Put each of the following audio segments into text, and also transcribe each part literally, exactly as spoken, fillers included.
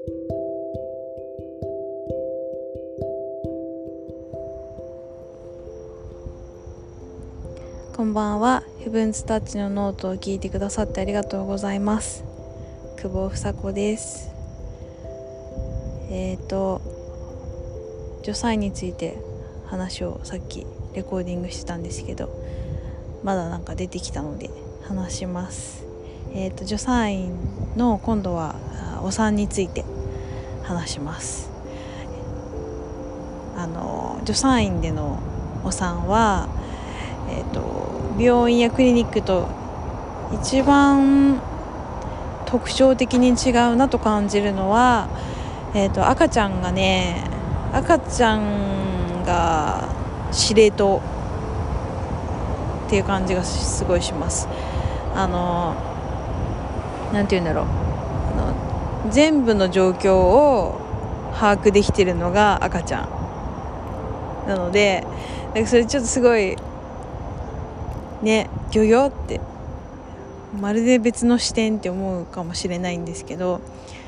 こんばんは。ヘブンズタッチのノートを聞いてくださってありがとうございます。久保房子です。えっと助産院について話をさっきレコーディングしてたんですけど、まだなんか出てきたので話します。えっと助産院の今度はお産について話します。あの助産院でのお産は、えー、と病院やクリニックと一番特徴的に違うなと感じるのは、えー、と赤ちゃんがね赤ちゃんが司令塔っていう感じがすごいします。あのなんていうんだろうあの全部の状況を把握できてるのが赤ちゃんなので、なんかそれちょっとすごいね、ギョギョってまるで別の視点って思うかもしれないんですけど、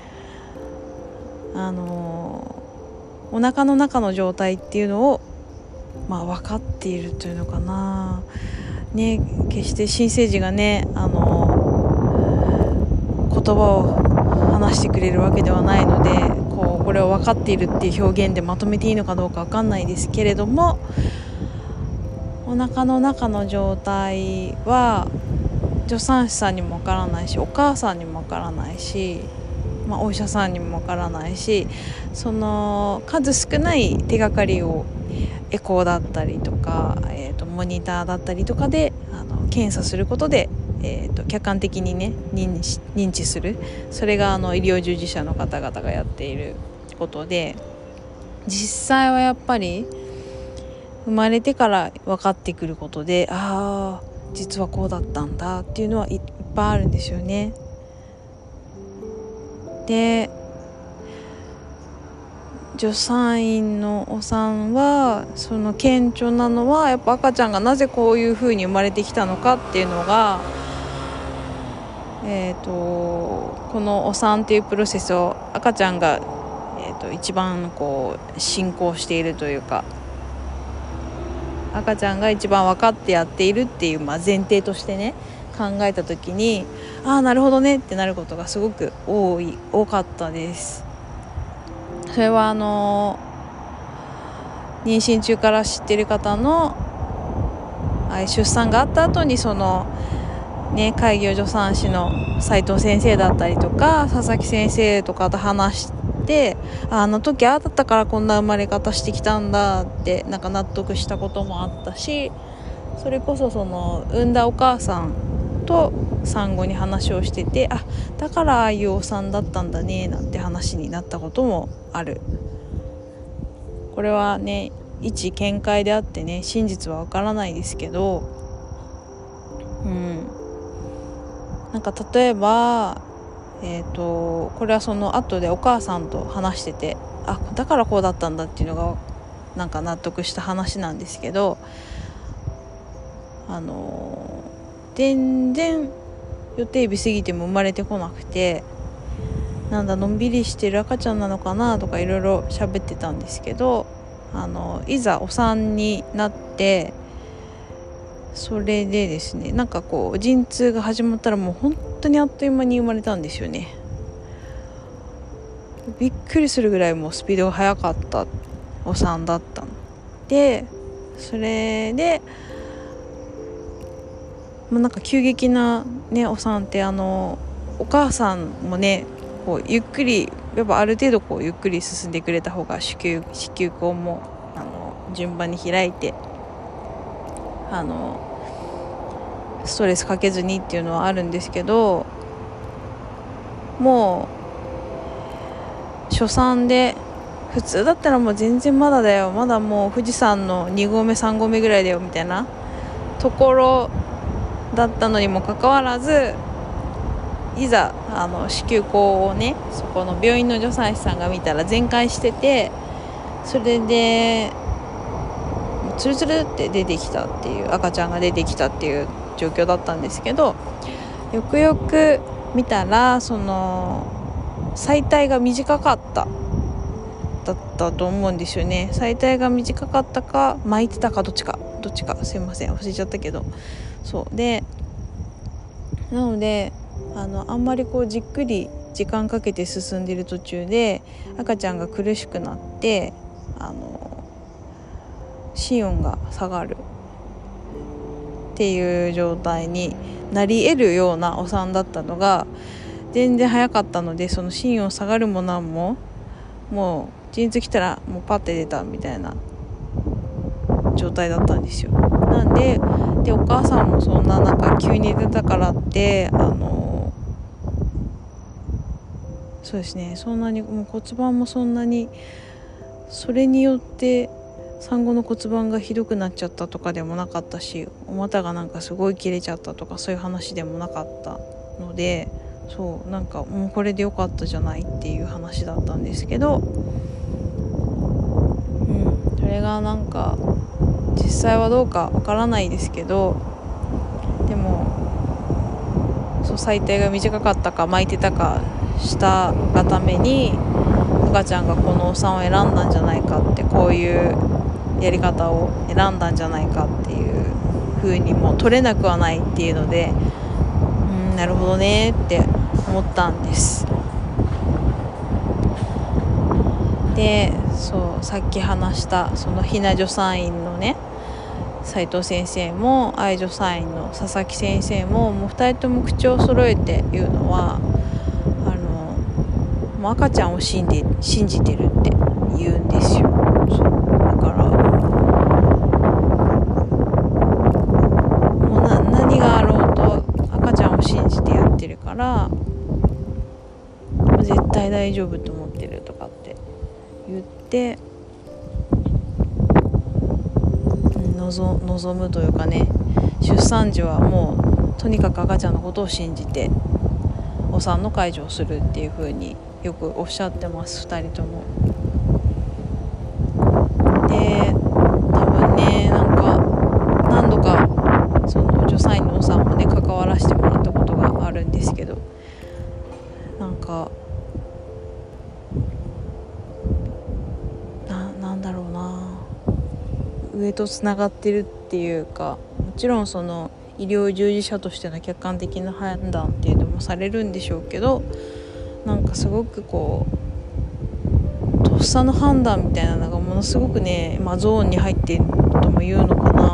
あのお腹の中の状態っていうのをまあ分かっているというのかな、ね、決して新生児がね、あの言葉を話してくれるわけではないので、こうこれを分かっているっていう表現でまとめていいのかどうか分かんないですけれども、お腹の中の状態は助産師さんにもわからないし、お母さんにもわからないし、まあ、お医者さんにもわからないし、その数少ない手がかりをエコーだったりとか、えーと、モニターだったりとかであの検査することで、えーと、客観的にね認知、認知する、それがあの医療従事者の方々がやっていることで、実際はやっぱり生まれてから分かってくることで、ああ実はこうだったんだっていうのはいっぱいあるんですよね。で助産院のお産はその顕著なのはやっぱ赤ちゃんがなぜこういう風に生まれてきたのかっていうのが、えーとこのお産っていうプロセスを赤ちゃんが、えーと一番こう進行しているというか、赤ちゃんが一番分かってやっているっていう、まあ、前提としてね考えた時に、ああなるほどねってなることがすごく多い多かったです。それはあの妊娠中から知ってる方の出産があった後にそのね開業助産師の斉藤先生だったりとか佐々木先生とかと話してで、あの時ああだったからこんな生まれ方してきたんだってなんか納得したこともあったし、それこそその産んだお母さんと産後に話をしてて、あだからああいうお産だったんだねなんて話になったこともある。これはね一見解であってね真実はわからないですけど、うんなんか例えばえーと、これはその後でお母さんと話してて、あだからこうだったんだっていうのがなんか納得した話なんですけど、あのー、全然予定日過ぎても生まれてこなくて、なんだのんびりしてる赤ちゃんなのかなとかいろいろ喋ってたんですけど、あのいざお産になってそれでですね、なんかこう陣痛が始まったらもう本当にあっという間に生まれたんですよね。びっくりするぐらいもうスピードが速かったお産だったので、それでもうなんか急激なねお産ってあのお母さんもねこうゆっくりやっぱある程度こうゆっくり進んでくれた方が子宮子宮口もあの順番に開いてあのストレスかけずにっていうのはあるんですけど、もう初産で普通だったらもう全然まだだよ、まだもう富士山のに合目さん合目ぐらいだよみたいなところだったのにもかかわらず、いざあの子宮口をねそこの病院の助産師さんが見たら全開してて、それでツルツルって出てきたっていう赤ちゃんが出てきたっていう状況だったんですけど、よくよく見たらその最帯が短かっただったと思うんですよね。最帯が短かったか巻いてたかどっちかどっちかすいません忘れちゃったけど、そうでなのであのあんまりこうじっくり時間かけて進んでいる途中で赤ちゃんが苦しくなってあの心音が下がるっていう状態になり得るようなお産だったのが全然早かったので、その心音下がるもなんももう陣痛来たらもうパッて出たみたいな状態だったんですよ。なんででお母さんもそんななんか急に出たからってあのそうですねそんなにもう骨盤もそんなにそれによって産後の骨盤がひどくなっちゃったとかでもなかったし、お股がなんかすごい切れちゃったとかそういう話でもなかったので、そうなんかもうこれでよかったじゃないっていう話だったんですけど、うん、それがなんか実際はどうかわからないですけど、でもそう最低が短かったか巻いてたかしたがために赤ちゃんがこのお産を選んだんじゃないかって、こういうやり方を選んだんじゃないかっていう風にも取れなくはないっていうので、うんなるほどねって思ったんです。でそうさっき話したそのひな助産院のね斉藤先生も愛助産院の佐々木先生ももうふたりとも口を揃えて言うのはあのもう赤ちゃんを信じ、信じてるって言うんですよ。そうだからもうな何があろうと赤ちゃんを信じてやってるからもう絶対大丈夫と思ってるとかって言って望, 望むというかね、出産時はもうとにかく赤ちゃんのことを信じてお産の介助をするっていう風によくおっしゃってますふたりとも。で多分ねなんか何度かその助産院のお産もね関わらせてもらったことがあるんですけど、なんかな、なんだろうな上とつながってるっていうか、もちろんその医療従事者としての客観的な判断っていうのもされるんでしょうけど、なんかすごくこうとっさの判断みたいなのがものすごくね、まあ、ゾーンに入っているとも言うのかな。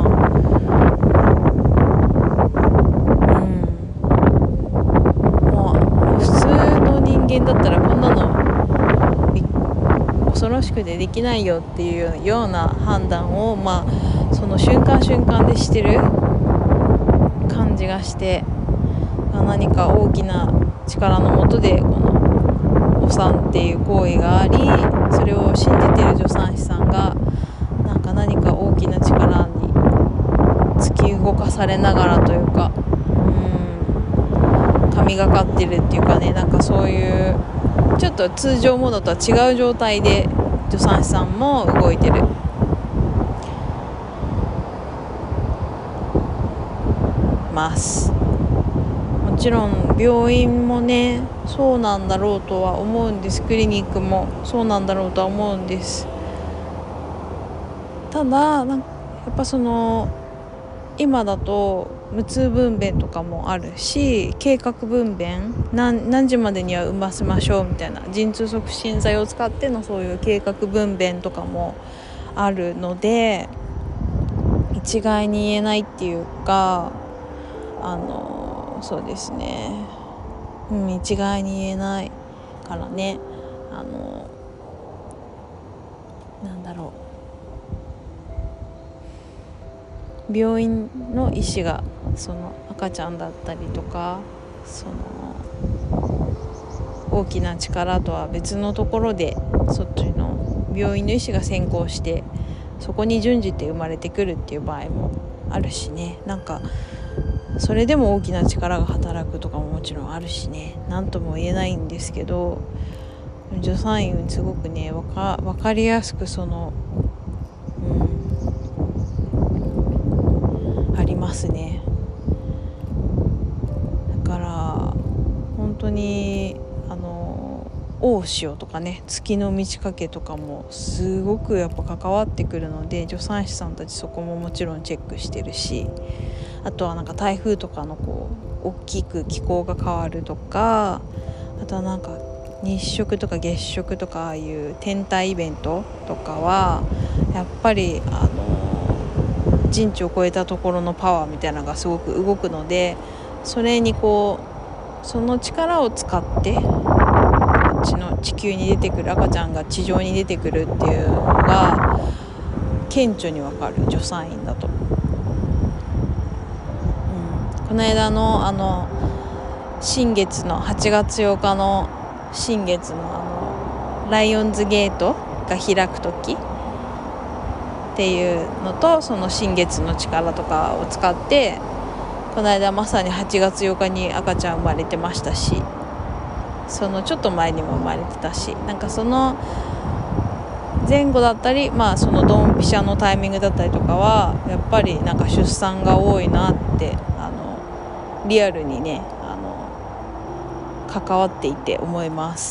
うんまあ普通の人間だったらこんなの恐ろしくてできないよっていうような判断を、まあ、その瞬間瞬間でしてる感じがして、何か大きな力の下でこのお産っていう行為があり、それを信じている助産師さんがなんか何か大きな力に突き動かされながらというか、うん神がかってるっていうかね、なんかそういうちょっと通常モードとは違う状態で助産師さんも動いてるます。もちろん病院もねそうなんだろうとは思うんです。クリニックもそうなんだろうとは思うんです。ただなんかやっぱその今だと無痛分娩とかもあるし、計画分娩 何, 何時までには産ませましょうみたいな陣痛促進剤を使ってのそういう計画分娩とかもあるので、一概に言えないっていうか、あのそうですね、うん、一概に言えないからね、あのなんだろう、病院の医師がその赤ちゃんだったりとかその大きな力とは別のところでそっちの病院の医師が先行してそこに準じて生まれてくるっていう場合もあるしね、なんかそれでも大きな力が働くとかももちろんあるしね、なんとも言えないんですけど、助産院すごくねわか、わかりやすくその、うん、ありますね。だから本当にあの大潮とかね、月の満ち欠けとかもすごくやっぱ関わってくるので、助産師さんたちそこももちろんチェックしてるし、あとはなんか台風とかのこう大きく気候が変わるとか、あとはなんか日食とか月食とかああいう天体イベントとかはやっぱりあの人知を超えたところのパワーみたいなのがすごく動くので、それにこうその力を使ってこっちの地球に出てくる赤ちゃんが地上に出てくるっていうのが顕著にわかる、助産院だと。この間のあの新月のはちがつようかの新月のあのライオンズゲートが開く時っていうのと、その新月の力とかを使ってこの間まさにはちがつようかに赤ちゃん生まれてましたし、そのちょっと前にも生まれてたし、なんかその前後だったり、まあそのドンピシャのタイミングだったりとかはやっぱりなんか出産が多いなってあのリアルにねあの関わっていて思います。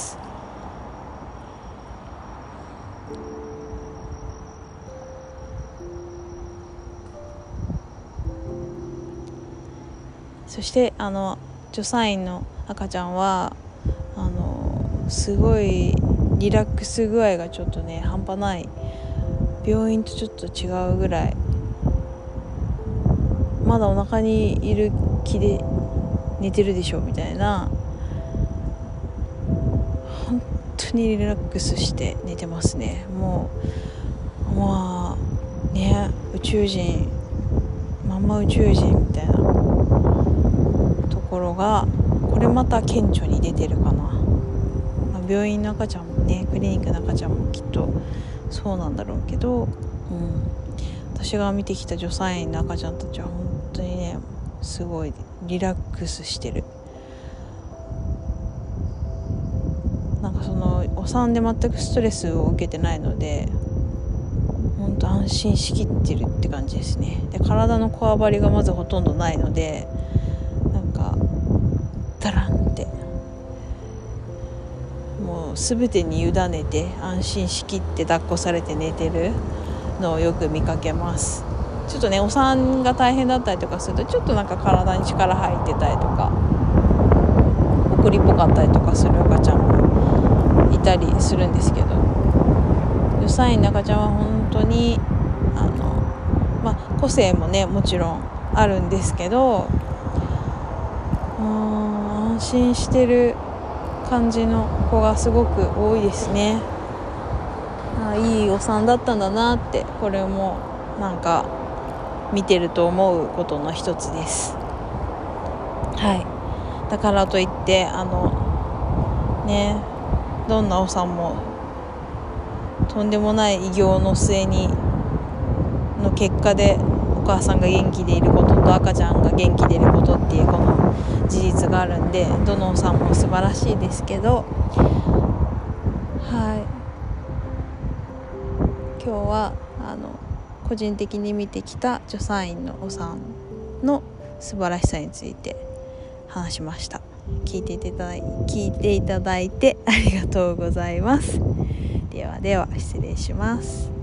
そしてあの助産院の赤ちゃんはあのすごいリラックス具合がちょっとね半端ない、病院とちょっと違うぐらいまだお腹にいる気で寝てるでしょみたいな、本当にリラックスして寝てますね。もうまあね宇宙人まんま宇宙人みたいなところがこれまた顕著に出てるかな、まあ、病院の赤ちゃんもねクリニックの赤ちゃんもきっとそうなんだろうけど、うん、私が見てきた助産院の赤ちゃんたちは本当にねすごいリラックスしてる。なんかそのお産で全くストレスを受けてないので本当安心しきってるって感じですね。で体のこわばりがまずほとんどないので、なんかダランってもう全てに委ねて安心しきって抱っこされて寝てるのをよく見かけます。ちょっとねお産が大変だったりとかするとちょっとなんか体に力入ってたりとか怒りっぽかったりとかする赤ちゃんもいたりするんですけど、助産院の赤ちゃんは本当にあの、まあ、個性もねもちろんあるんですけど、うーん安心してる感じの子がすごく多いですね。あいいお産だったんだなって、これもなんか見てると思うことの一つです。はい、だからといってあのねどんなお産もとんでもない偉業の末にの結果でお母さんが元気でいることと赤ちゃんが元気でいることっていうこの事実があるんで、どのお産も素晴らしいですけど、はい今日はあの個人的に見てきた助産院のお産の素晴らしさについて話しました。聞いていただい聞いていただいてありがとうございます。ではでは失礼します。